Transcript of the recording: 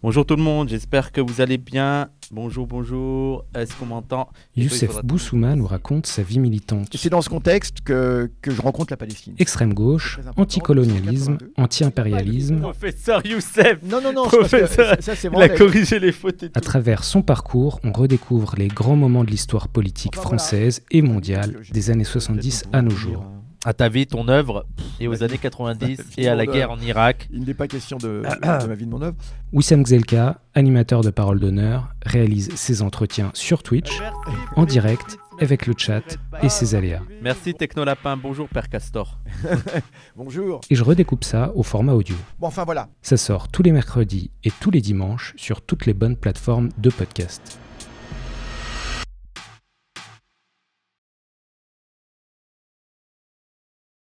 Bonjour tout le monde, j'espère que vous allez bien. Bonjour, est-ce qu'on m'entend? Youssef Boussouma nous raconte sa vie militante. C'est dans ce contexte que je rencontre la Palestine. Extrême gauche, anticolonialisme, anti-impérialisme. Professeur Youssef. Non, Professeur, ça c'est il a corrigé les fautes et tout. À travers son parcours, on redécouvre les grands moments de l'histoire politique française et mondiale des années 70 à nos jours. À ta vie, ton œuvre, et aux années 90, et à la guerre en Irak. Il n'est pas question de ma vie, de mon œuvre. Wissam Gzelka, animateur de Parole d'honneur, réalise ses entretiens sur Twitch, en direct, avec le chat et ses aléas. Merci Technolapin, bonjour Père Castor. Bonjour. Et je redécoupe ça au format audio. Bon, enfin voilà. Ça sort tous les mercredis et tous les dimanches sur toutes les bonnes plateformes de podcast.